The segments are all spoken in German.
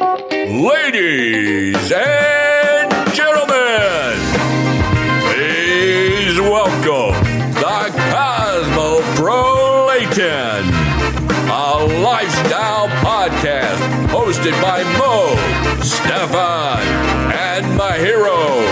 Ladies and gentlemen, please welcome the Cosmopolitan, a lifestyle podcast hosted by Mo, Stefan, and Mahiro.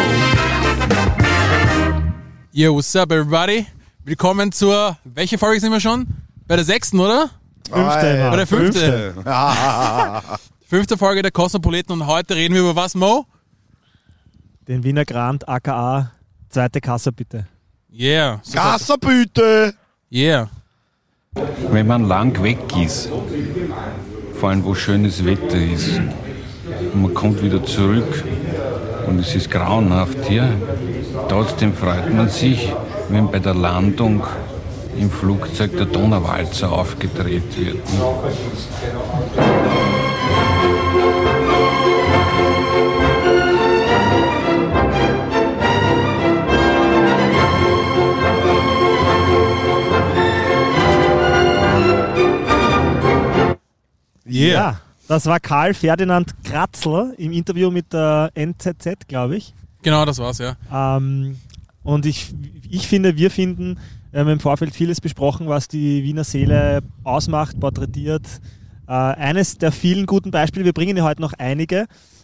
Yo, what's up, everybody? Willkommen zur, welche Folge sind wir schon? Bei der 6., oder? 5. Bei der 5. Fünfte Folge der Cosmopolitan und heute reden wir über was, Mo? Den Wiener Grand, aka zweite Kasse, bitte. Yeah. Kasse, bitte! Yeah. Wenn man lang weg ist, vor allem wo schönes Wetter ist, und man kommt wieder zurück und es ist grauenhaft hier, trotzdem freut man sich, wenn bei der Landung im Flugzeug der Donauwalzer aufgedreht wird. Yeah. Ja, das war Karl Ferdinand Kratzl im Interview mit der NZZ, glaube ich. Genau, das war's, ja. Und ich finde, wir finden, wir haben im Vorfeld vieles besprochen, was die Wiener Seele ausmacht, porträtiert. Eines der vielen guten Beispiele, wir bringen ja heute noch einige,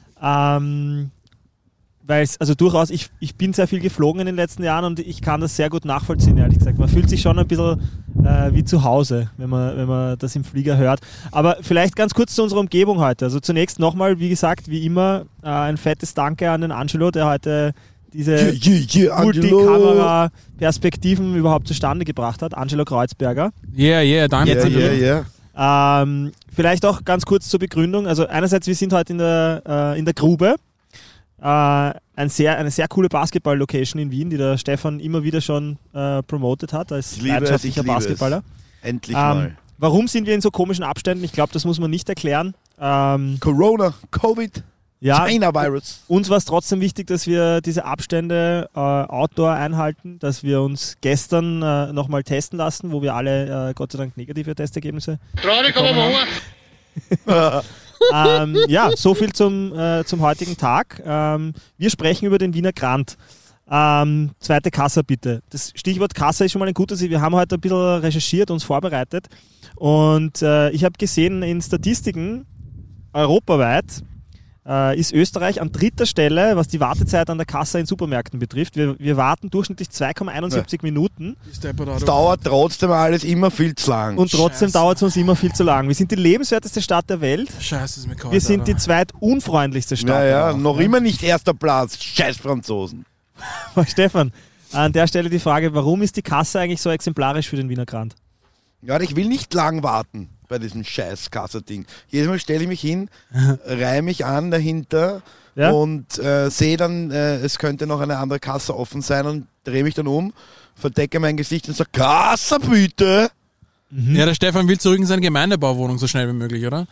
weil es, also durchaus, ich bin sehr viel geflogen in den letzten Jahren und ich kann das sehr gut nachvollziehen, ehrlich gesagt. Man fühlt sich schon ein bisschen wie zu Hause, wenn man das im Flieger hört. Aber vielleicht ganz kurz zu unserer Umgebung heute. Also zunächst nochmal, wie gesagt, wie immer, ein fettes Danke an den Angelo, der heute diese Multikamera-Perspektiven überhaupt zustande gebracht hat. Angelo Kreuzberger. Yeah, danke. Vielleicht auch ganz kurz zur Begründung. Also einerseits, wir sind heute in der Grube. Eine sehr coole Basketball-Location in Wien, die der Stefan immer wieder schon promotet hat als leidenschaftlicher Basketballer. Endlich mal. Warum sind wir in so komischen Abständen? Ich glaube, das muss man nicht erklären. Corona, Covid, Ja, China-Virus. uns war es trotzdem wichtig, dass wir diese Abstände outdoor einhalten, dass wir uns gestern nochmal testen lassen, wo wir alle Gott sei Dank negative Testergebnisse bekommen haben. Ja, so viel zum heutigen Tag. Wir sprechen über den Wiener Grand. Zweite Kasse, bitte. Das Stichwort Kasse ist schon mal ein gutes. Wir haben heute ein bisschen recherchiert, uns vorbereitet und ich habe gesehen, in Statistiken europaweit ist Österreich an 3. Stelle, was die Wartezeit an der Kasse in Supermärkten betrifft. Wir warten durchschnittlich 2,71 Minuten. Es dauert trotzdem alles immer viel zu lang. Und trotzdem dauert es uns immer viel zu lang. Wir sind die lebenswerteste Stadt der Welt. Scheiße, ist mir kalt, Wir sind Alter. die zweitunfreundlichste Stadt. Ja, auch, noch ne? immer nicht erster Platz. Scheiß Franzosen. Stefan, an der Stelle die Frage, warum ist die Kasse eigentlich so exemplarisch für den Wiener Grand? Ja, ich will nicht lang warten bei diesem scheiß Kasse-Ding. Jedes Mal stelle ich mich hin, reihe mich an dahinter und sehe dann, es könnte noch eine andere Kasse offen sein und drehe mich dann um, verdecke mein Gesicht und sage, Kasse bitte! Ja, der Stefan will zurück in seine Gemeindebauwohnung so schnell wie möglich, oder?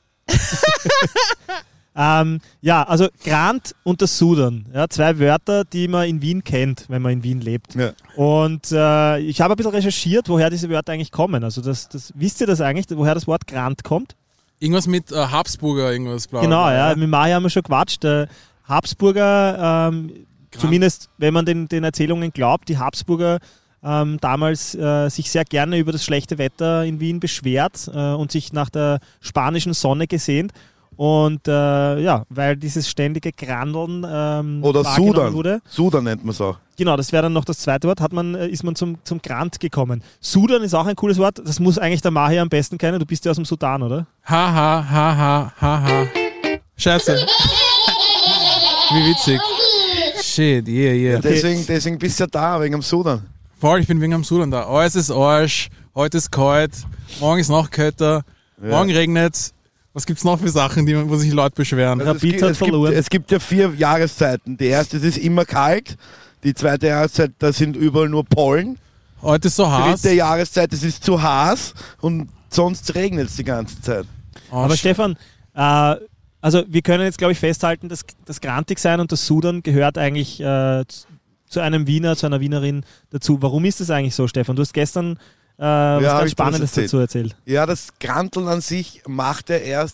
Ja, also Grand und das Sudern. Ja, 2 Wörter, die man in Wien kennt, wenn man in Wien lebt. Ja. Und ich habe ein bisschen recherchiert, woher diese Wörter eigentlich kommen. Also wisst ihr das eigentlich, woher das Wort Grand kommt? Irgendwas mit Habsburger, irgendwas blau. Genau, ja. Mit Maja haben wir schon gequatscht. Habsburger, zumindest wenn man den Erzählungen glaubt, die Habsburger damals sich sehr gerne über das schlechte Wetter in Wien beschwert und sich nach der spanischen Sonne gesehnt. Und weil dieses ständige Grandeln Oder wahrgenommen wurde. Sudan nennt man es auch. Genau, das wäre dann noch das zweite Wort, ist man zum Grand gekommen. Sudan ist auch ein cooles Wort, das muss eigentlich der Mahir am besten kennen, du bist ja aus dem Sudan, oder? Ha. Scheiße. Wie witzig. Shit, yeah. Okay. Deswegen bist du ja da, wegen dem Sudan. Voll, ich bin wegen am Sudan da. Alles ist Arsch, heute ist kalt, morgen ist noch kälter, morgen regnet's. Was gibt's noch für Sachen, wo sich Leute beschweren? Also es gibt ja 4 Jahreszeiten. Die erste, das ist immer kalt. Die zweite Jahreszeit, da sind überall nur Pollen. Heute ist so heiß. Die dritte Jahreszeit, das ist zu heiß. Und sonst regnet es die ganze Zeit. Aber Stefan, also wir können jetzt, glaube ich, festhalten, dass das Grantigsein und das Sudern gehört eigentlich zu einem Wiener, zu einer Wienerin dazu. Warum ist das eigentlich so, Stefan? Du hast gestern was ganz Spannendes dazu erzählt. Ja, das Granteln an sich macht ja erst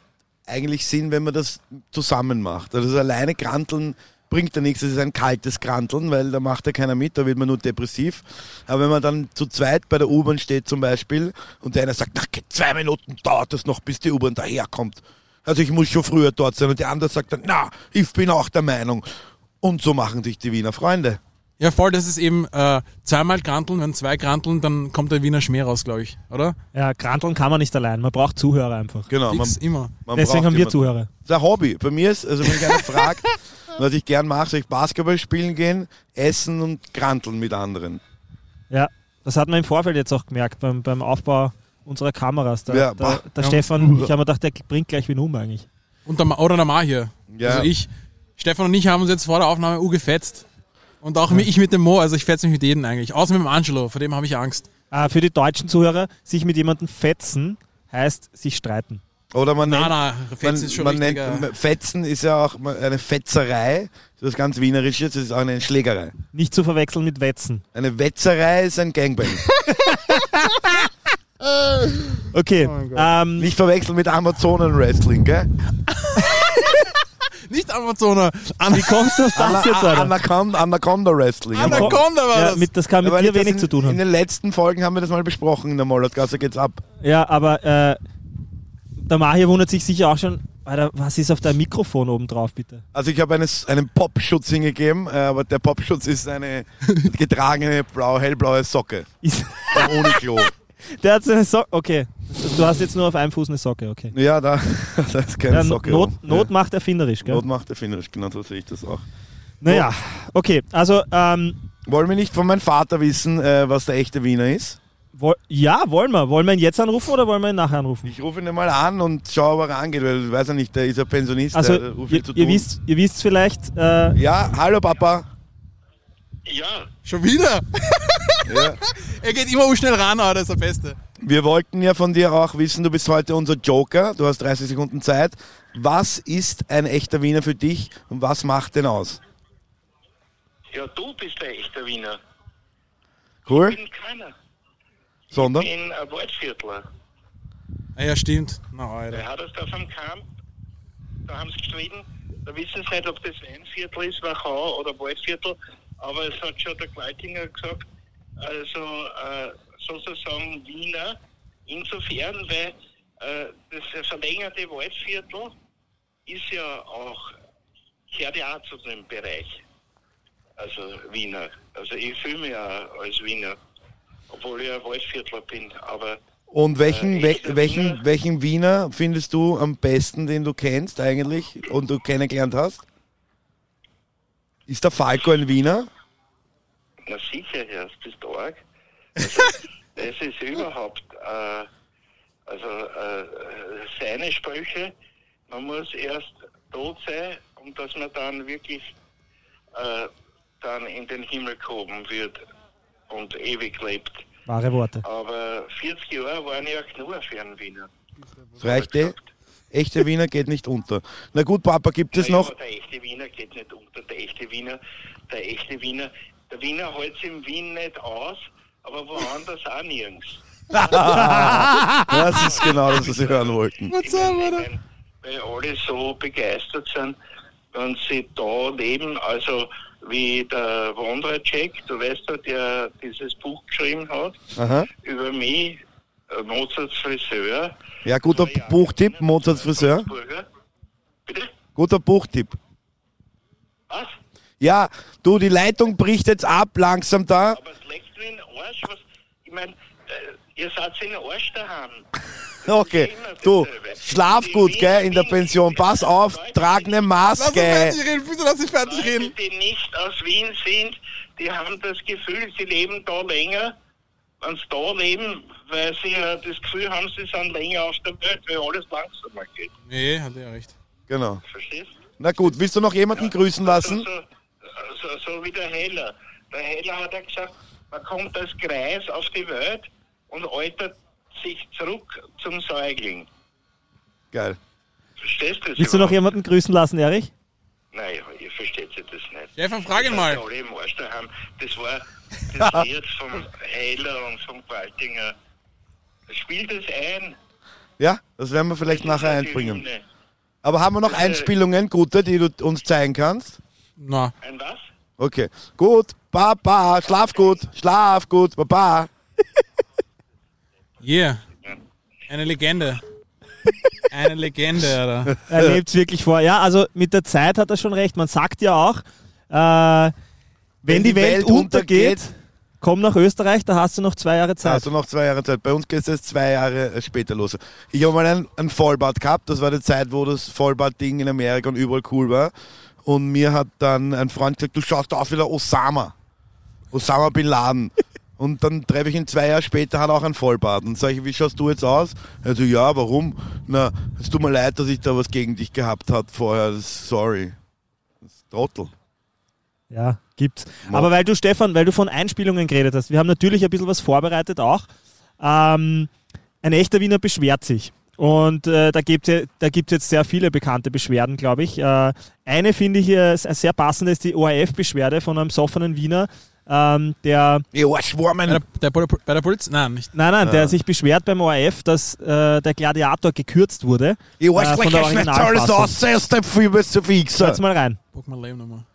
eigentlich Sinn, wenn man das zusammen macht. Also das alleine Granteln bringt ja nichts, das ist ein kaltes Granteln, weil da macht ja keiner mit, da wird man nur depressiv. Aber wenn man dann zu zweit bei der U-Bahn steht zum Beispiel und der eine sagt, 2 Minuten dauert das noch, bis die U-Bahn daherkommt. Also ich muss schon früher dort sein. Und der andere sagt dann, ich bin auch der Meinung. Und so machen sich die Wiener Freunde. Ja, voll, das ist eben zweimal Granteln, wenn 2 Granteln, dann kommt der Wiener Schmäh raus, glaube ich, oder? Ja, Granteln kann man nicht allein, man braucht Zuhörer einfach. Genau, Immer. Deswegen haben wir Zuhörer. Das ist ein Hobby. Bei mir ist, also wenn ich einer fragt, was ich gern mache, soll ich Basketball spielen gehen, essen und granteln mit anderen. Ja, das hat man im Vorfeld jetzt auch gemerkt, beim Aufbau unserer Kameras. Der Ja. Stefan, ich habe mir gedacht, der bringt gleich wen um eigentlich. Und der Mahir. Ja. Also Stefan und ich haben uns jetzt vor der Aufnahme gefetzt. Und auch ich mit dem Mo, also ich fetze mich mit jedem eigentlich. Außer mit dem Angelo, vor dem habe ich Angst. Für die deutschen Zuhörer, sich mit jemandem fetzen, heißt sich streiten. Oder man nennt, Fetzen ist schon man richtiger. nennt, Fetzen ist ja auch eine Fetzerei, das ist ganz Wienerisches, das ist auch eine Schlägerei. Nicht zu verwechseln mit Wetzen. Eine Wetzerei ist ein Gangbang. Okay. Nicht verwechseln mit Amazonen-Wrestling, gell? Nicht Amazoner. Wie kommst du auf das jetzt, Alter? Anaconda-Wrestling. Anaconda war Ja, das. das kann mit dir wenig zu tun In haben. den letzten Folgen haben wir das mal besprochen, in der Mollertgasse geht's ab. Ja, aber der Mahir wundert sich sicher auch schon, Alter, was ist auf deinem Mikrofon oben drauf, bitte? Also ich habe einen Popschutz hingegeben, aber der Popschutz ist eine getragene hellblaue Socke. Ohne Klo. Der hat seine Socke, okay. Du hast jetzt nur auf einem Fuß eine Socke, okay. Ja, da ist keine Socke. Not macht erfinderisch, gell? Not macht erfinderisch, genau so sehe ich das auch. Naja, okay, also, Wollen wir nicht von meinem Vater wissen, was der echte Wiener ist? ja, wollen wir. Wollen wir ihn jetzt anrufen oder wollen wir ihn nachher anrufen? Ich rufe ihn mal an und schaue, ob er rangeht, weil ich weiß ja nicht, der ist ja Pensionist, Also, der ruft viel zu tun. ihr wisst vielleicht, Ja, hallo Papa. Ja, Schon wieder? Ja. Er geht immer schnell ran, aber das ist der Beste. Wir wollten ja von dir auch wissen, du bist heute unser Joker, du hast 30 Sekunden Zeit. Was ist ein echter Wiener für dich und was macht den aus? ja, du bist der echte Wiener. Cool? Ich bin keiner. Sondern? Ich bin ein Waldviertler. Ja, stimmt. Na, Der Alter. hat das da vom Camp, da haben sie gestritten, da wissen sie nicht, ob das Weinviertel ist, Wachau oder Waldviertel, aber es hat schon der Gleitinger gesagt, also sozusagen Wiener, insofern, weil das verlängerte Waldviertel ist ja auch, gehört ja auch zu dem Bereich, also Wiener. Also ich fühle mich auch als Wiener, obwohl ich ein Waldviertler bin, aber Und welchen Wiener? Wiener findest du am besten, den du kennst eigentlich und du kennengelernt hast? Ist der Falco ein Wiener? Na sicher, ja, das bist du arg. Also, es ist überhaupt, seine Sprüche, man muss erst tot sein, um dass man dann wirklich dann in den Himmel gehoben wird und ewig lebt. wahre Worte. Aber 40 Jahre waren ja genug für einen Wiener. Das reicht eh. Echter Wiener geht nicht unter. Na gut, Papa, gibt es noch? Aber der echte Wiener geht nicht unter. Der echte Wiener, der Wiener hält es in Wien nicht aus, aber woanders auch nirgends. Das ist genau das, was Sie hören wollten. Weil alle so begeistert sind, wenn sie da leben, also wie der Wondracek, du weißt ja, der dieses Buch geschrieben hat, Aha. über mich, Mozarts Friseur. Ja, guter Buchtipp, Mozarts Friseur. Salzburger. Bitte? Guter Buchtipp. Was? Ja, du, die Leitung bricht jetzt ab, langsam da. Aber es leckt mir in den Arsch, was, ich meine, ihr seid in den Arsch daheim. Okay, du, schlaf gut, gell, in der Pension. Pass auf, trag eine Lass uns Maske. fertig reden, bitte lass mich fertig Leute, reden. die nicht aus Wien sind, die haben das Gefühl, sie leben da länger, wenn sie da leben, weil sie ja das Gefühl haben, sie sind länger auf der Welt, weil alles langsamer geht. Nee, hat er recht. Genau. Verstehst? Na gut, willst du noch jemanden grüßen lassen? So wie der Heller. Der Heller hat ja gesagt, man kommt als Greis auf die Welt und altert sich zurück zum Säugling. Geil. Verstehst du das? Willst du noch überhaupt? jemanden grüßen lassen, Erich? Nein, ihr versteht sich das nicht. Stefan, frag ihn Das mal. sind alle im Arsch daheim. Das war das Lied vom Heller und vom Qualtinger. Spiel das ein. Ja, das werden wir vielleicht Das ist nachher ja die einbringen. Hymne. Aber haben wir noch Einspielungen, gute, die du uns zeigen kannst? Na, Ein was? Okay, gut, Baba, schlaf gut, Baba. yeah. Eine Legende. Eine Legende, Alter. Er lebt es wirklich vor. Ja, also mit der Zeit hat er schon recht. Man sagt ja auch, wenn die Welt untergeht, komm nach Österreich, da hast du noch 2 Jahre Zeit. Also noch 2 Jahre Zeit. Bei uns geht es jetzt 2 Jahre später los. Ich habe mal ein Vollbart gehabt. Das war die Zeit, wo das Vollbart-Ding in Amerika und überall cool war. Und mir hat dann ein Freund gesagt, du schaust aus wie der Osama Bin Laden. Und dann treffe ich ihn 2 Jahre später, hat auch ein Vollbart. Und sage ich, wie schaust du jetzt aus? Er so, ja, warum? Na, es tut mir leid, dass ich da was gegen dich gehabt habe vorher. Sorry. Das ist Trottel. Ja, gibt's. Aber weil du, Stefan, weil du von Einspielungen geredet hast, wir haben natürlich ein bisschen was vorbereitet auch. Ein echter Wiener beschwert sich. Und da gibt's jetzt sehr viele bekannte Beschwerden, glaube ich. Eine finde ich sehr passend, ist die ORF-Beschwerde von einem besoffenen Wiener, der... Bei der Polizei? Nein, nicht. Nein, der sich beschwert beim ORF, dass der Gladiator gekürzt wurde. Von der Originalfassung. Hört's mal rein. Guck mal Leben nochmal.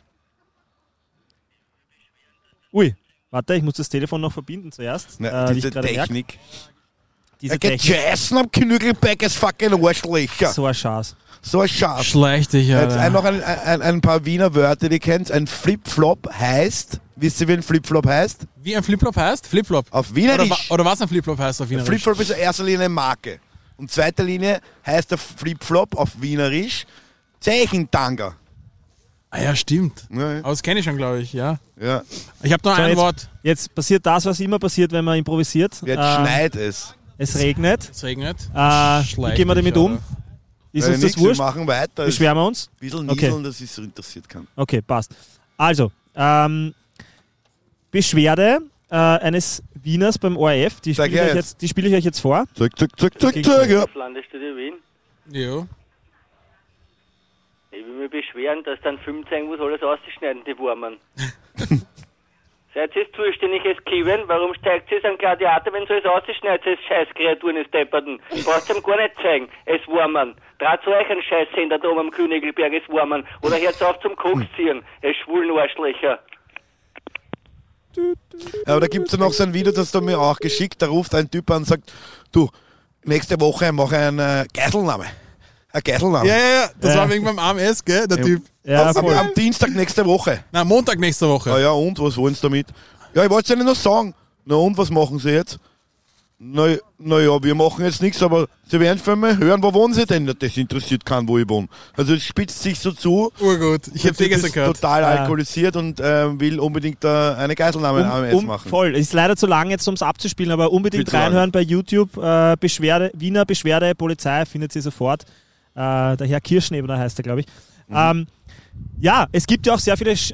Ui, warte, ich muss das Telefon noch verbinden zuerst. Diese Technik. Diese Er geht Technik. scheißen am Knügelbeck, es fucking Arschlöcher. So ein Schatz. So ein Schatz. Schleich dich, Jetzt Alter. noch ein paar Wiener Wörter, die ihr kennt. Ein Flip-Flop heißt, wisst ihr, wie ein Flip-Flop heißt? Wie ein Flip-Flop heißt? Flip-Flop. Auf Wienerisch. Oder was ein Flip-Flop heißt auf Wienerisch? Flip-Flop ist in erster Linie eine Marke. Und zweiter Linie heißt der Flip-Flop auf Wienerisch Zeichentanga. Ah ja, stimmt. Ja, Aber das kenne ich schon, glaube ich, ja. ja. Ich habe nur So, ein Wort. Jetzt passiert das, was immer passiert, wenn man improvisiert. Jetzt schneit es. Es regnet. Es regnet. Wie gehen wir damit um? Ist uns das Nichts, wir wurscht? machen weiter. Beschweren wir uns? Ein bisschen Okay. nieseln, dass es interessiert kann. Okay, passt. Also, Beschwerde eines Wieners beim ORF, die Sag spiele her ich euch jetzt vor. Zack, ja. Landesstudio Wien. Jo. Ich will mich beschweren, dass dann Film zeigen muss, alles auszuschneiden, die Wurmen. Seid ihr zuständiges Kiven? Warum steigt ihr an Gladiator, wenn so alles auszuschneiden, es Scheißkreaturen, es Depperten? Braucht ihr ihm gar nicht zeigen, es Wurmen. Draht zu euch ein Scheißsender da oben am Königelberg, es Wurmen. Oder hört auf zum Koks ziehen, es schwulen Arschlöcher. Aber da gibt es ja noch so ein Video, das du mir auch geschickt. Da ruft ein Typ an und sagt, du, nächste Woche mache ich eine Geiselnahme. Eine Geiselnahme. Ja. Das war wegen beim AMS, gell, der Typ. Ja, voll. Am Dienstag nächste Woche. Na, Montag nächste Woche. Ja, und, was wollen Sie damit? Ja, ich wollte es Ihnen noch sagen. Na und, was machen Sie jetzt? Na ja, wir machen jetzt nichts, aber Sie werden von mir hören, wo wohnen Sie denn? Das interessiert keinen, wo ich wohne. Also es spitzt sich so zu. Urgut. Ich hab's Du gestern bist gehört. total alkoholisiert und will unbedingt eine Geiselnahme machen. Voll. Ist leider zu lang jetzt, um es abzuspielen, aber unbedingt Viel zu lang. reinhören bei YouTube. Wiener Beschwerde, Polizei, findet sie sofort. Der Herr Kirschnebner heißt er, glaube ich. Ja, es gibt ja auch sehr viele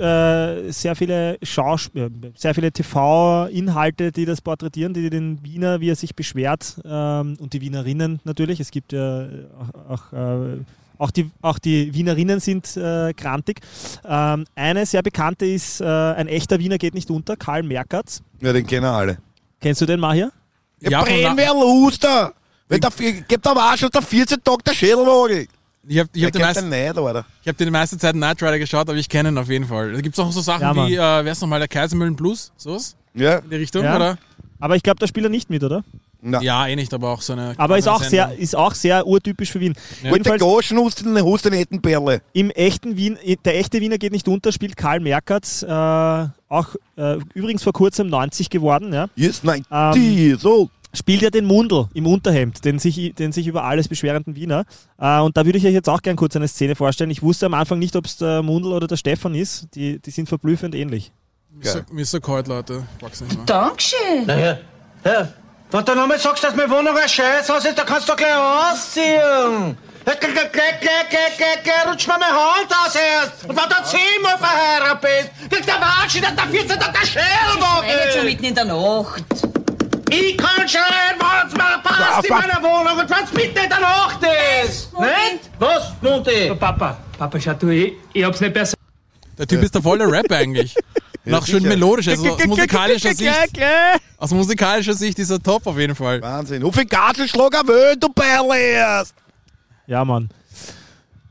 TV-Inhalte, die das porträtieren, die den Wiener, wie er sich beschwert, und die Wienerinnen natürlich. Es gibt ja auch die Wienerinnen sind grantig. Eine sehr bekannte ist, ein echter Wiener geht nicht unter, Karl Merkatz. Ja, den kennen alle. Kennst du den, Mahir? Ja, brennen wir los da! Wenn der, gibt der Arsch aus der 14 Tage der Schädelwagen. Ich hab die meiste Zeit Knight Rider geschaut, aber ich kenne ihn auf jeden Fall. Da gibt es auch so Sachen Ja, wie, wer ist nochmal, der Kaisermühlen Blues, sowas? Ja. In die Richtung, Ja. oder? Aber ich glaube, da spielt er nicht mit, oder? Na. Ja, nicht, aber auch so eine... Aber ist auch Sendung. sehr urtypisch für Wien. Ja. Mit der Jedenfalls Goschen hast du nicht Perle. im echten Wien, der echte Wiener geht nicht unter, spielt Karl Merkatz, auch übrigens vor kurzem 90 geworden, ja. Yes, 90 years old. Spielt ja den Mundl im Unterhemd, den sich über alles beschwerenden Wiener. Und da würde ich euch jetzt auch gern kurz eine Szene vorstellen. Ich wusste am Anfang nicht, ob es der Mundl oder der Stefan ist. Die sind verblüffend ähnlich. Mir ist so kalt, Leute. Ich mag's nicht mehr. Dankeschön. Naja, ja. Wenn du nochmal sagst, dass meine Wohnung ein Scheißhaus ist, dann kannst du gleich ausziehen. Gleich, rutsch mir meine Hand aus erst. Und wenn du 10-mal verheiratet bist, kriegst du einen Arsch, in der 14 Tag der Nicht so Schädelwagen. mitten in der Nacht. Ich kann schreien, wenn es mir passt in meiner Wohnung und wenn es mitten in der Nacht ist. Nicht? Was, Monty? Papa, schau du, ich hab's nicht besser. Der Typ ist der volle Rap eigentlich. Noch schön sicher. melodisch, also aus musikalischer Sicht ist er top auf jeden Fall. Wahnsinn. Wie viel Gartelschlager will du Perle erst? Ja, Mann.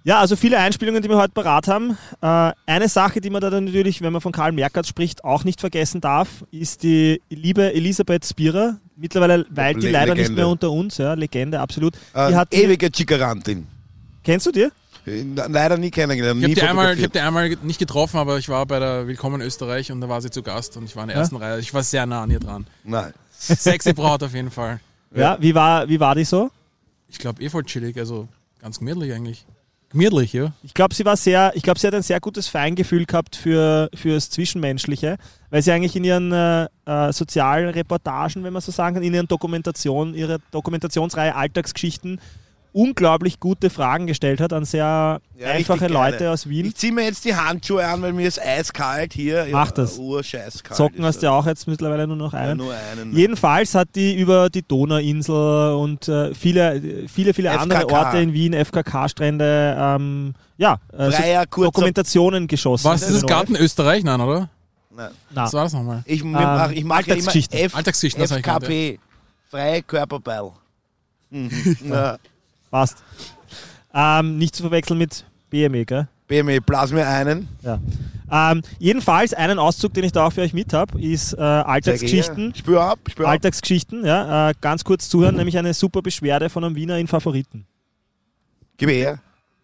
Ja, also viele Einspielungen, die wir heute parat haben. Eine Sache, die man da dann natürlich, wenn man von Karl Merkatz spricht, auch nicht vergessen darf, ist die liebe Elisabeth Spierer. Mittlerweile weilt die leider nicht mehr unter uns. Ja, Legende, absolut. Die hat ewige Chikarantin. Kennst du die? Leider nie kennengelernt. Ich habe die einmal nicht getroffen, aber ich war bei der Willkommen in Österreich und da war sie zu Gast und ich war in der ersten Reihe. Ich war sehr nah an ihr dran. Nein. Sexy Braut auf jeden Fall. Ja, wie war die so? Ich glaube voll chillig, also ganz gemütlich eigentlich. Gemütlich, ja. Ich glaube, sie hat ein sehr gutes Feingefühl gehabt fürs Zwischenmenschliche, weil sie eigentlich in ihren Sozialreportagen, wenn man so sagen kann, in ihrer Dokumentationsreihe Alltagsgeschichten unglaublich gute Fragen gestellt hat an sehr einfache Leute aus Wien. Ich ziehe mir jetzt die Handschuhe an, weil mir ist eiskalt hier. Mach das. Urscheißkalt. Zocken hast du ja auch jetzt mittlerweile nur noch einen. Ja, nur einen. Jedenfalls hat die über die Donauinsel und viele andere Orte in Wien, FKK-Strände, Dokumentationen geschossen. Was ist das Garten Österreich? Nein, oder? Nein. Was war das nochmal? Ich mache Alltagsgeschichten. Alltagsgeschichten, das FKP. Freie Körperbeil. Ja. Passt. Nicht zu verwechseln mit BME, gell? BME, blas mir einen. Ja. Jedenfalls, einen Auszug, den ich da auch für euch mit habe, ist Alltagsgeschichten. Spür ab. Alltagsgeschichten, ja. Ganz kurz zuhören, nämlich eine super Beschwerde von einem Wiener in Favoriten. Gib her.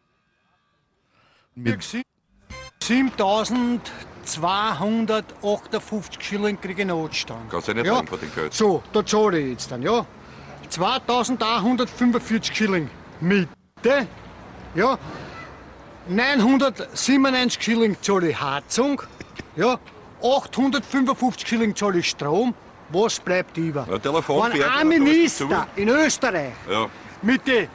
7.258 Schilling kriege ich Notstand. Kannst du nicht sagen von den Geld. So, da zahle ich jetzt dann, ja. 2.145 Schilling Miete, ja. 997 Schilling zahle ich Heizung, ja. 855 Schilling zahle ich Strom. Was bleibt über? Ja, Telefon wenn ein Minister in Österreich mit den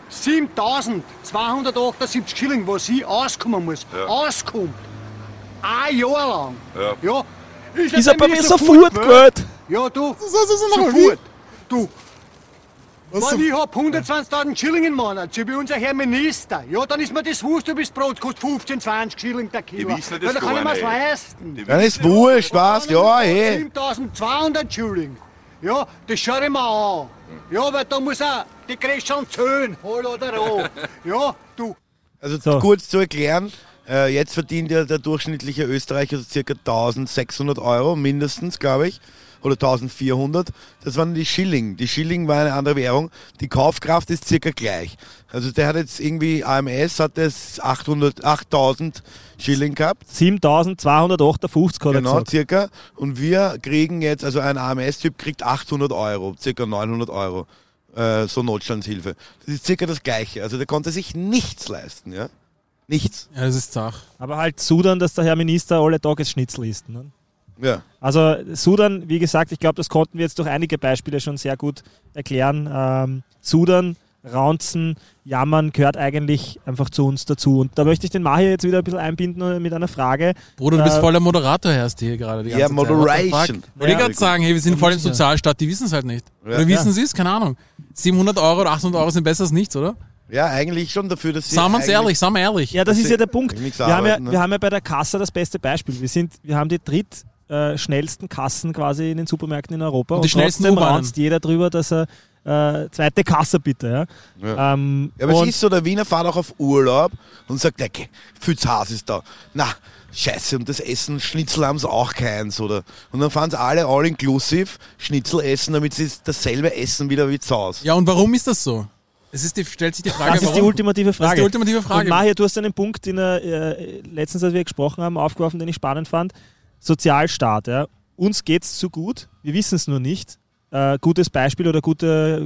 7.278 Schilling, was ich auskommen muss, auskommt, ein Jahr lang, ist er bei mir sofort gut? Ja, du, sofort. Du, wenn ich hab 120.000 Schilling im Monat, so wie unser Herr Minister, ja, dann ist mir das wurscht, du bist Brot, kostet 15, 20 Schilling der Kilo. Die wissen das dann kann ich gar mir's nicht. leisten. Dann ist wurscht, was? Ja, 7.200 Schilling. Ja, das schau ich mir an. Ja, weil da muss auch die Gräschern zählen, hol oder roh. Ja, du. Also kurz zu erklären, jetzt verdient ja der durchschnittliche Österreicher so circa 1.600 Euro, mindestens, glaube ich. Oder 1.400, das waren die Schilling. Die Schilling war eine andere Währung. Die Kaufkraft ist circa gleich. Also der hat jetzt irgendwie, AMS hat das 8.000 Schilling gehabt. 7.258 hat Genau, er gesagt. circa. Und wir kriegen jetzt, also ein AMS-Typ kriegt 800 Euro, circa 900 Euro, so Notstandshilfe. Das ist circa das Gleiche. Also der konnte sich nichts leisten, ja. Nichts. Ja, das ist Zach. Aber halt Sudan, dass der Herr Minister alle Tagesschnitzel isst. Ne? Ja. Also Sudan, wie gesagt, ich glaube, das konnten wir jetzt durch einige Beispiele schon sehr gut erklären. Sudan, Raunzen, Jammern gehört eigentlich einfach zu uns dazu. Und da möchte ich den Mahir jetzt wieder ein bisschen einbinden mit einer Frage. Bruder, du bist voll der Moderator, Herrst du hier gerade die ganze Zeit. Moderation. Wollte ich gerade sagen, hey, wir sind voll im Sozialstaat, die wissen es halt nicht. Oder wissen sie es? Keine Ahnung. 700 Euro oder 800 Euro sind besser als nichts, oder? Ja, eigentlich schon dafür, dass sie... Sagen wir uns ehrlich, sagen wir ehrlich. Ja, das ist ja der Punkt. Wir haben ja bei der Kasse das beste Beispiel. Wir haben die schnellsten Kassen quasi in den Supermärkten in Europa. Und die schnellsten trotzdem U-Bahnen. raunzt jeder drüber, dass er zweite Kasse bitte. Ja. Ja. Aber es ist so, der Wiener fährt auch auf Urlaub und sagt, okay, viel zu heiß ist da. Na, scheiße, und das Essen, Schnitzel haben sie auch keins, oder? Und dann fahren sie alle all-inclusive Schnitzel essen, damit sie dasselbe essen wieder wie zu Hause. Ja, und warum ist das so? Stellt sich die Frage, das ist die ultimative Frage. Das ist die ultimative Frage. Und Mahir, du hast einen Punkt, den letztens, als wir gesprochen haben, aufgeworfen, den ich spannend fand. Sozialstaat. Ja. Uns geht es zu gut, wir wissen es nur nicht. Gutes Beispiel oder guter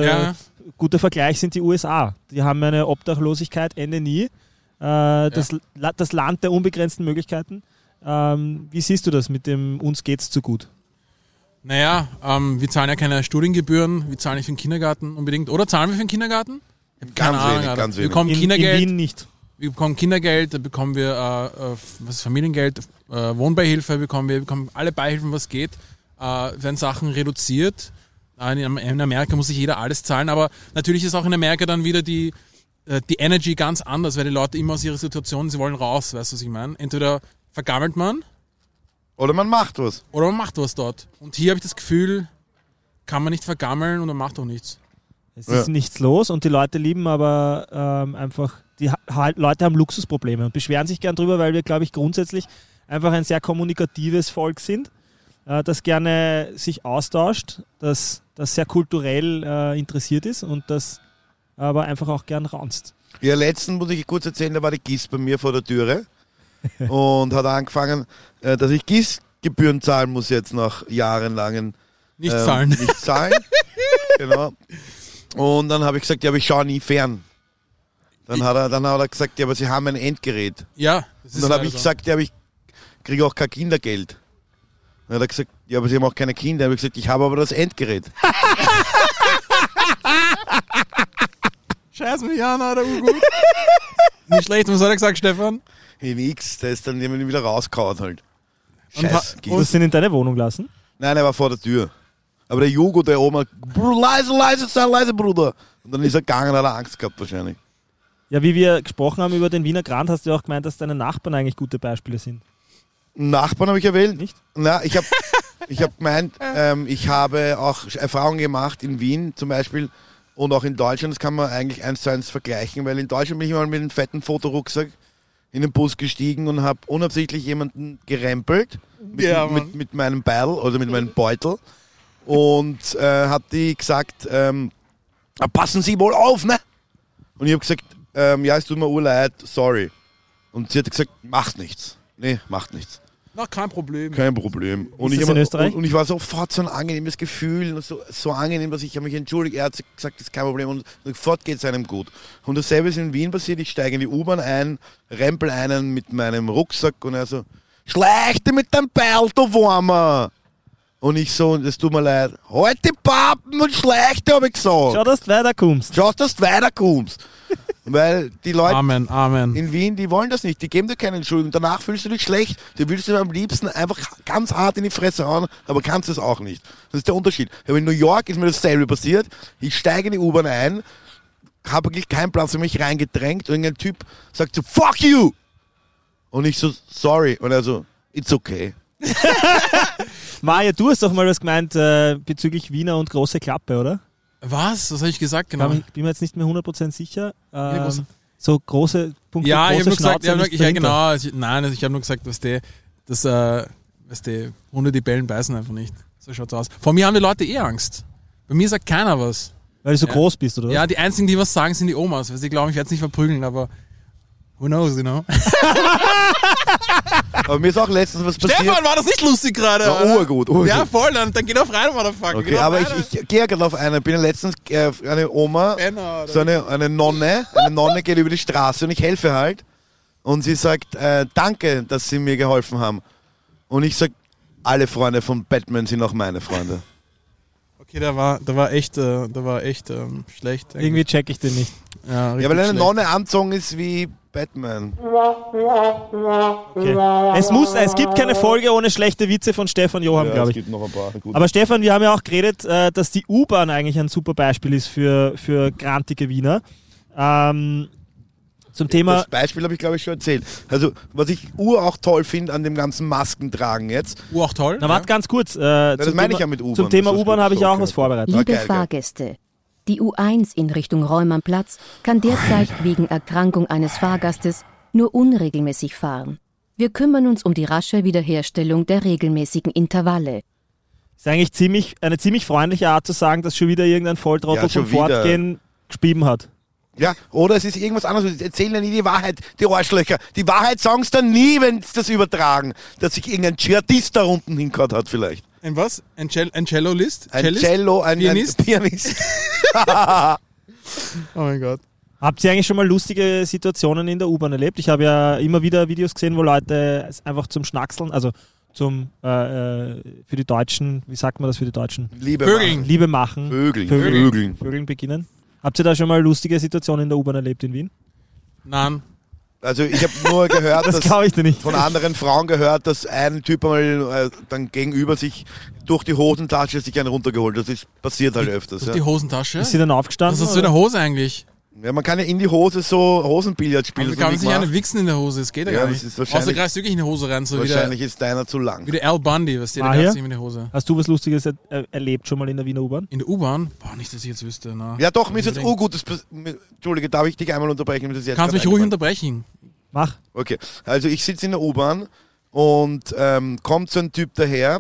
Vergleich sind die USA. Die haben eine Obdachlosigkeit Ende nie. Das Land der unbegrenzten Möglichkeiten. Wie siehst du das mit dem uns geht's zu gut? Naja, wir zahlen ja keine Studiengebühren, wir zahlen nicht für den Kindergarten unbedingt. Oder zahlen wir für den Kindergarten? Ganz wenig. Wir bekommen Kindergeld. In Wien nicht. Wir bekommen Kindergeld, da bekommen wir Familiengeld, Wohnbeihilfe, wir bekommen alle Beihilfen, was geht. Werden Sachen reduziert. In Amerika muss sich jeder alles zahlen, aber natürlich ist auch in Amerika dann wieder die Energy ganz anders, weil die Leute immer aus ihrer Situation, sie wollen raus, weißt du, was ich meine? Entweder vergammelt man oder man macht was. Oder man macht was dort. Und hier habe ich das Gefühl, kann man nicht vergammeln und man macht auch nichts. Es ist nichts los und die Leute lieben aber einfach die Leute haben Luxusprobleme und beschweren sich gern drüber, weil wir, glaube ich, grundsätzlich einfach ein sehr kommunikatives Volk sind, das gerne sich austauscht, das sehr kulturell interessiert ist und das aber einfach auch gern raunzt. Ja, letztens muss ich kurz erzählen, da war die GIS bei mir vor der Türe und hat angefangen, dass ich GIS-Gebühren zahlen muss jetzt nach jahrelangen Nicht zahlen. Genau. Und dann habe ich gesagt, ja, aber ich schaue nie fern. Dann hat er gesagt, ja, aber Sie haben ein Endgerät. Ja. Das ist und dann habe ich so. gesagt, ja, aber ich kriege auch kein Kindergeld. Dann hat er gesagt, ja, aber Sie haben auch keine Kinder. Dann habe ich gesagt, ich habe aber das Endgerät. Scheiß mich an, Alter, gut. Nicht schlecht, was hat er gesagt, Stefan? Hey, nix, der ist dann wieder rausgehauen halt. Scheiß. Und hast du ihn in deine Wohnung lassen? Nein, er war vor der Tür. Aber der Jugo, der Oma, leise, sei leise, Bruder. Und dann ist er gegangen, hat er Angst gehabt wahrscheinlich. Ja, wie wir gesprochen haben über den Wiener Grand, hast du auch gemeint, dass deine Nachbarn eigentlich gute Beispiele sind. Nachbarn habe ich erwähnt? Nicht? Na, ich hab gemeint, ich habe auch Erfahrungen gemacht in Wien zum Beispiel und auch in Deutschland. Das kann man eigentlich 1:1 vergleichen, weil in Deutschland bin ich mal mit einem fetten Fotorucksack in den Bus gestiegen und habe unabsichtlich jemanden gerempelt mit meinem Beil oder mit meinem Beutel und hat die gesagt, passen Sie wohl auf, ne? Und ich habe gesagt, ja, es tut mir urleid, sorry. Und sie hat gesagt, macht nichts. Nee, macht nichts. Na, kein Problem. Kein Problem. Und ist das in Österreich? Und ich war sofort so ein angenehmes Gefühl, so angenehm, dass ich mich entschuldigt. Er hat gesagt, das ist kein Problem und sofort geht es einem gut. Und dasselbe ist in Wien passiert. Ich steige in die U-Bahn ein, rempel einen mit meinem Rucksack und er so, schleichte mit deinem Beil, du Wurmer. Und ich so, das tut mir leid, halt die Pappen und schleichte, habe ich gesagt. Schau, dass du weiterkommst. Weil die Leute Amen. in Wien, die wollen das nicht, die geben dir keine Entschuldigung. Danach fühlst du dich schlecht, du willst dir am liebsten einfach ganz hart in die Fresse hauen, aber kannst es auch nicht. Das ist der Unterschied. Aber in New York ist mir dasselbe passiert. Ich steige in die U-Bahn ein, habe wirklich keinen Platz für mich reingedrängt und irgendein Typ sagt so, fuck you! Und ich so, sorry. Und er so, it's okay. Maja, du hast doch mal was gemeint bezüglich Wiener und große Klappe, oder? Was? Was habe ich gesagt? Genau. Ich bin mir jetzt nicht mehr 100% sicher. So große Punkte. Ja, ich habe nur gesagt, genau. Ich habe nur gesagt, dass Hunde, die bellen, beißen einfach nicht. So schaut's aus. Vor mir haben die Leute Angst. Bei mir sagt keiner was. Weil du so groß bist, oder? Ja, die einzigen, die was sagen, sind die Omas. Weil sie glauben, ich werde es nicht verprügeln, aber who knows, you know? Aber mir ist auch letztens was passiert. Stefan, war das nicht lustig gerade? Ja, urgut. Ja, voll, dann geh auf rein, Motherfucker. Okay, aber ich gehe ja gerade auf eine. Ich bin ja letztens eine Oma, so eine Nonne geht über die Straße und ich helfe halt. Und sie sagt, danke, dass sie mir geholfen haben. Und ich sag, alle Freunde von Batman sind auch meine Freunde. Okay, der war echt schlecht. Eigentlich. Irgendwie check ich den nicht. Ja, weil eine Nonne anzogen ist wie Batman. Okay. Es gibt keine Folge ohne schlechte Witze von Stefan Johann, glaube ich. Es gibt noch ein paar. Gut. Aber Stefan, wir haben ja auch geredet, dass die U-Bahn eigentlich ein super Beispiel ist für grantige Wiener. Zum Thema. Das Beispiel habe ich, glaube ich, schon erzählt. Also, was ich auch toll finde an dem ganzen Maskentragen jetzt. Auch toll? Na, warte ganz kurz. Das meine ich ja mit U-Bahn. Zum Thema U-Bahn habe ich auch was vorbereitet. Liebe Fahrgäste, die U1 in Richtung Reumannplatz kann derzeit wegen Erkrankung eines Fahrgastes nur unregelmäßig fahren. Wir kümmern uns um die rasche Wiederherstellung der regelmäßigen Intervalle. Ist eigentlich eine ziemlich freundliche Art zu sagen, dass schon wieder irgendein Volltrottel vom Fortgehen gespieben hat. Ja, oder es ist irgendwas anderes. Sie erzählen ja nie die Wahrheit, die Arschlöcher. Die Wahrheit sagen sie dann nie, wenn sie das übertragen. Dass sich irgendein Dschihadist da unten hingehört hat vielleicht. Ein was? Ein Cellolist? Ein Pianist. Oh mein Gott. Habt ihr eigentlich schon mal lustige Situationen in der U-Bahn erlebt? Ich habe ja immer wieder Videos gesehen, wo Leute einfach zum Schnackseln, also zum für die Deutschen, wie sagt man das für die Deutschen? Liebe machen. Vögeln beginnen. Habt ihr da schon mal lustige Situationen in der U-Bahn erlebt in Wien? Nein. Also ich habe nur gehört, das glaube ich dir nicht. Von anderen Frauen gehört, dass ein Typ einmal dann gegenüber sich durch die Hosentasche sich einen runtergeholt hat. Das passiert halt öfters. Durch die Hosentasche? Ist sie dann aufgestanden? Was ist das für eine Hose eigentlich? Ja, man kann ja in die Hose so Hosenbillard spielen. Aber kann man sich ja nicht wichsen in der Hose, das geht ja gar nicht. Außer greifst wirklich in die Hose rein. So wahrscheinlich ist deiner zu lang. Wie der Al Bundy, was der greift sich in die Hose. Hast du was Lustiges erlebt schon mal in der Wiener U-Bahn? In der U-Bahn? Boah, nicht, dass ich jetzt wüsste. Na. Ja doch, mir ist jetzt gut. Entschuldige, darf ich dich einmal unterbrechen? Das jetzt kannst mich ruhig unterbrechen. Mach. Okay, also ich sitze in der U-Bahn und kommt so ein Typ daher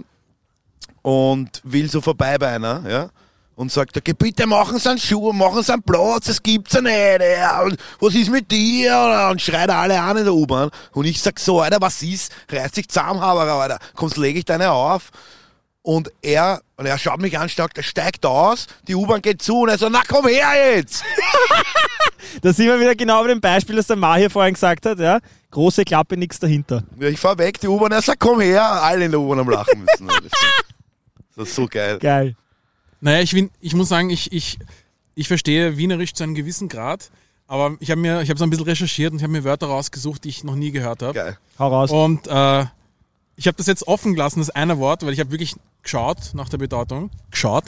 und will so vorbei bei einer, ja, und sagt, okay, bitte machen Sie einen Schuh, machen Sie einen Platz, das gibt's ja nicht, ja, und was ist mit dir? Und schreit alle an in der U-Bahn. Und ich sag so, Alter, was ist? Reißt sich zusammen, Alter, kommst, lege ich deine auf. Und er schaut mich an, er steigt aus, die U-Bahn geht zu und er so, na komm her jetzt! Da sind wir wieder genau bei dem Beispiel, das der Mahir vorhin gesagt hat, ja. Große Klappe, nichts dahinter. Ja, ich fahr weg, die U-Bahn, er sagt, komm her, alle in der U-Bahn am Lachen müssen. Das ist so geil. Geil. Naja, ich muss sagen, ich verstehe Wienerisch zu einem gewissen Grad, aber ich habe so ein bisschen recherchiert und ich habe mir Wörter rausgesucht, die ich noch nie gehört habe. Geil. Hau raus. Und ich habe das jetzt offen gelassen, das eine Wort, weil ich habe wirklich geschaut nach der Bedeutung. Ja.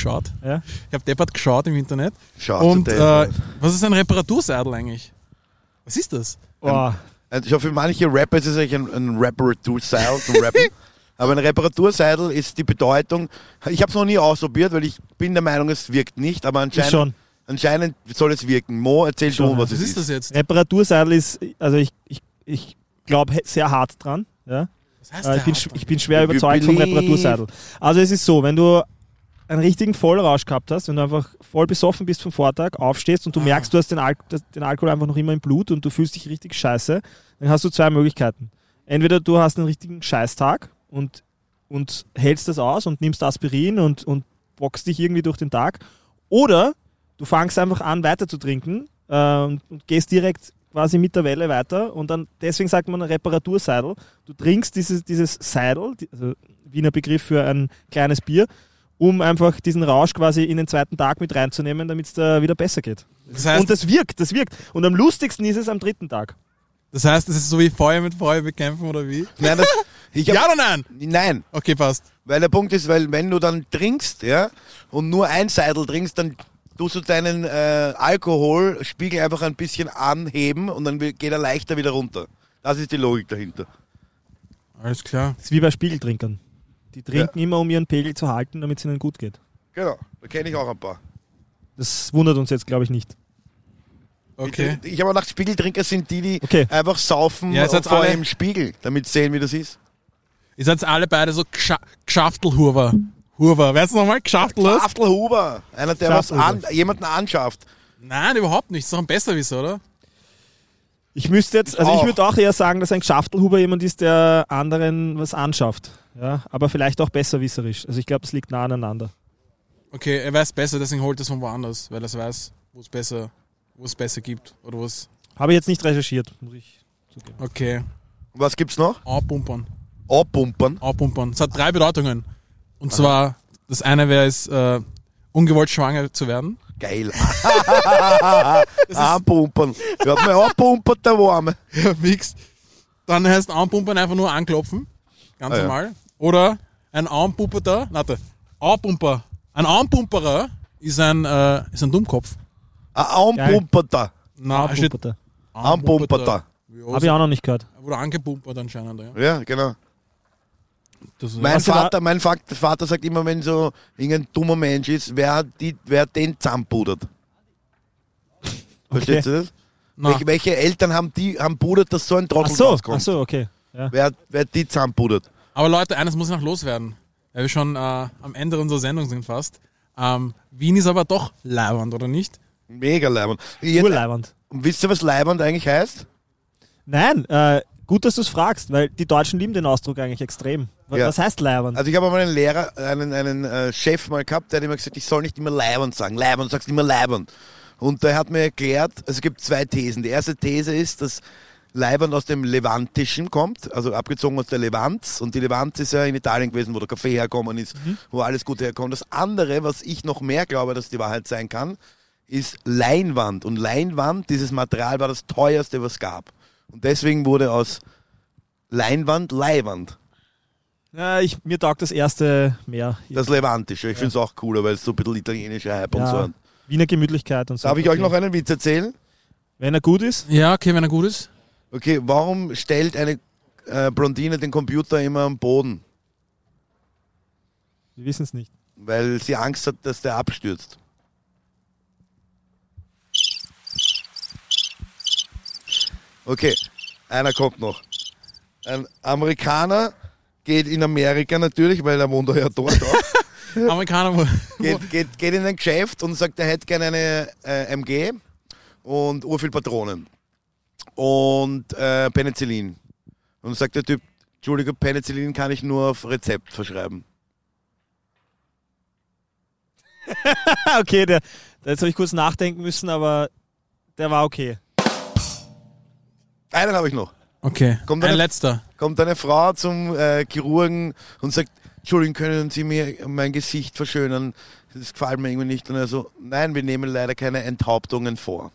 Ich habe deppert geschaut im Internet. Und was ist ein Reparaturseidel eigentlich? Was ist das? Ich hoffe, für manche Rapper ist es eigentlich ein Reparaturseidel zum Rappen. Aber ein Reparaturseidel ist die Bedeutung, ich habe es noch nie ausprobiert, weil ich bin der Meinung, es wirkt nicht, aber anscheinend soll es wirken. Mo, erzähl schon, was es ist. Was ist das jetzt? Reparaturseidel ist, also ich glaube sehr hart dran. Ja? Was heißt ich bin schwer überzeugt vom Reparaturseidel. Also es ist so, wenn du einen richtigen Vollrausch gehabt hast, wenn du einfach voll besoffen bist vom Vortag, aufstehst und du merkst, du hast den Alkohol einfach noch immer im Blut und du fühlst dich richtig scheiße, dann hast du zwei Möglichkeiten. Entweder du hast einen richtigen Scheißtag und hältst das aus und nimmst Aspirin und boxst dich irgendwie durch den Tag, oder du fangst einfach an weiter zu trinken und gehst direkt quasi mit der Welle weiter und dann, deswegen sagt man Reparaturseidel. Du trinkst dieses Seidel, also Wiener Begriff für ein kleines Bier, um einfach diesen Rausch quasi in den zweiten Tag mit reinzunehmen, damit es da wieder besser geht. Das heißt, und das wirkt. Und am lustigsten ist es am dritten Tag. Das heißt, das ist so wie Feuer mit Feuer bekämpfen, oder wie? Nein, ja oder nein? Nein. Okay, passt. Weil der Punkt ist, weil wenn du dann trinkst, ja, und nur ein Seidel trinkst, dann tust du deinen Alkoholspiegel einfach ein bisschen anheben und dann geht er leichter wieder runter. Das ist die Logik dahinter. Alles klar. Das ist wie bei Spiegeltrinkern. Die trinken immer, um ihren Pegel zu halten, damit es ihnen gut geht. Genau, da kenne ich auch ein paar. Das wundert uns jetzt, glaube ich, nicht. Okay. Ich habe auch gedacht, Spiegeltrinker sind die einfach saufen vor einem Spiegel, damit sehen, wie das ist. Ihr seid alle beide so Gschaftelhuber. Weißt du nochmal? Gschaftelhuber. Einer, der jemanden anschafft. Nein, überhaupt nicht. Das ist doch ein Besserwisser, oder? Ich würde auch eher sagen, dass ein Gschaftelhuber jemand ist, der anderen was anschafft. Ja, aber vielleicht auch besserwisserisch. Also ich glaube, es liegt nah aneinander. Okay, er weiß besser, deswegen holt er es von woanders, weil er weiß, wo es besser gibt. Oder was? Habe ich jetzt nicht recherchiert, muss ich zugeben. Okay. Was gibt's noch? Anpumpern. Anpumpern? Es hat 3 Bedeutungen. Und zwar, das eine wäre es, ungewollt schwanger zu werden. Geil. Anpumpern. Wir haben mal anpumpert, der Warme. Ja, fix. Dann heißt Anpumpern einfach nur anklopfen. Ganz normal. Ja. Oder ein Anpumperter. Ein Anpumperer ist ein Dummkopf. Ein Anpumperter. Anpumperter. Habe ich auch noch nicht gehört. Wurde angepumpert anscheinend. Ja, genau. Mein Vater sagt immer, wenn so irgendein dummer Mensch ist, wer den zusammenpudert. Verstehst du das? Welche Eltern haben pudert, dass so ein Trottel rauskommt? Ach so, okay. Ja. Wer die zusammenpudert. Aber Leute, eines muss noch loswerden. Weil wir schon am Ende unserer Sendung sind fast. Wien ist aber doch leibernd, oder nicht? Mega leibernd. Urleibernd. Und wisst ihr, was leibernd eigentlich heißt? Nein, gut, dass du es fragst, weil die Deutschen lieben den Ausdruck eigentlich extrem. Was heißt leibernd? Also ich habe mal einen Lehrer, einen Chef mal gehabt, der hat immer gesagt, ich soll nicht immer leibernd sagen. Leibernd, sagst immer leibernd. Und der hat mir erklärt, es gibt 2 Thesen. Die erste These ist, dass leibernd aus dem Levantischen kommt, also abgezogen aus der Levanz. Und die Levanz ist ja in Italien gewesen, wo der Kaffee herkommen ist, wo alles gut herkommt. Das andere, was ich noch mehr glaube, dass die Wahrheit sein kann, ist Leinwand. Und Leinwand, dieses Material war das teuerste, was es gab. Und deswegen wurde aus Leinwand Leihwand. Ja, mir taugt das erste mehr. Das Levantische, ich finde es auch cooler, weil es so ein bisschen italienischer Hype und so hat. Wiener Gemütlichkeit und so. Darf ich euch noch einen Witz erzählen? Wenn er gut ist? Ja, okay, wenn er gut ist. Okay, warum stellt eine Blondine den Computer immer am Boden? Wir wissen es nicht. Weil sie Angst hat, dass der abstürzt. Okay, einer kommt noch. Ein Amerikaner geht in Amerika natürlich, weil er wohnt ja dort auch. Amerikaner geht in ein Geschäft und sagt, er hätte gerne eine MG und urviel Patronen und Penicillin. Und sagt der Typ, Entschuldigung, Penicillin kann ich nur auf Rezept verschreiben. Okay, jetzt habe ich kurz nachdenken müssen, aber der war okay. Einen habe ich noch. Okay, ein letzter. Kommt eine Frau zum Chirurgen und sagt, Entschuldigung, können Sie mir mein Gesicht verschönern? Das gefällt mir irgendwie nicht. Und er so, nein, wir nehmen leider keine Enthauptungen vor.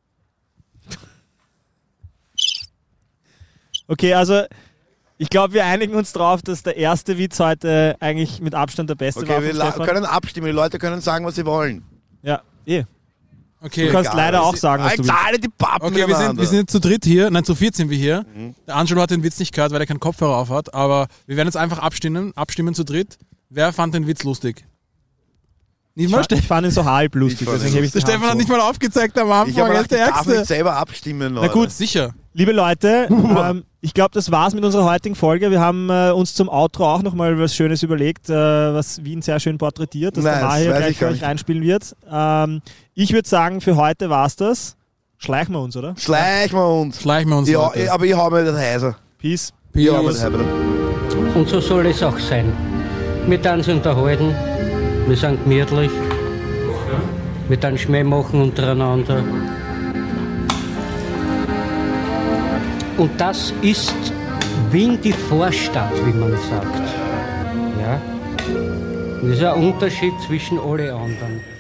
Okay, also ich glaube, wir einigen uns drauf, dass der erste Witz heute eigentlich mit Abstand der beste war. Okay, wir können abstimmen. Die Leute können sagen, was sie wollen. Ja, Okay. Du kannst leider auch sagen, was du willst. Alle die Pappen Okay, wir sind zu dritt hier. Nein, zu viert sind wir hier. Der Angelo hat den Witz nicht gehört, weil er keinen Kopfhörer auf hat. Aber wir werden jetzt einfach abstimmen zu dritt. Wer fand den Witz lustig? Ich fand ihn so halb lustig. Der Stefan hat nicht mal aufgezeigt am Anfang. Er ist der Ärgste. Ich darf nicht selber abstimmen, Leute. Na gut, sicher. Liebe Leute, ich glaube, das war's mit unserer heutigen Folge. Wir haben uns zum Outro auch nochmal was Schönes überlegt, was Wien sehr schön porträtiert, das der Mario gleich für euch einspielen wird. Ich würde sagen, für heute war's das. Schleichen wir uns, oder? Schleichen wir uns. Ja, Leute. aber ich habe das Häuser. Peace. Und so soll es auch sein. Wir tanzen unterhalten, wir sind gemütlich, wir dann Schmäh machen untereinander. Und das ist Wien die Vorstadt, wie man sagt. Ja? Das ist ein Unterschied zwischen alle anderen.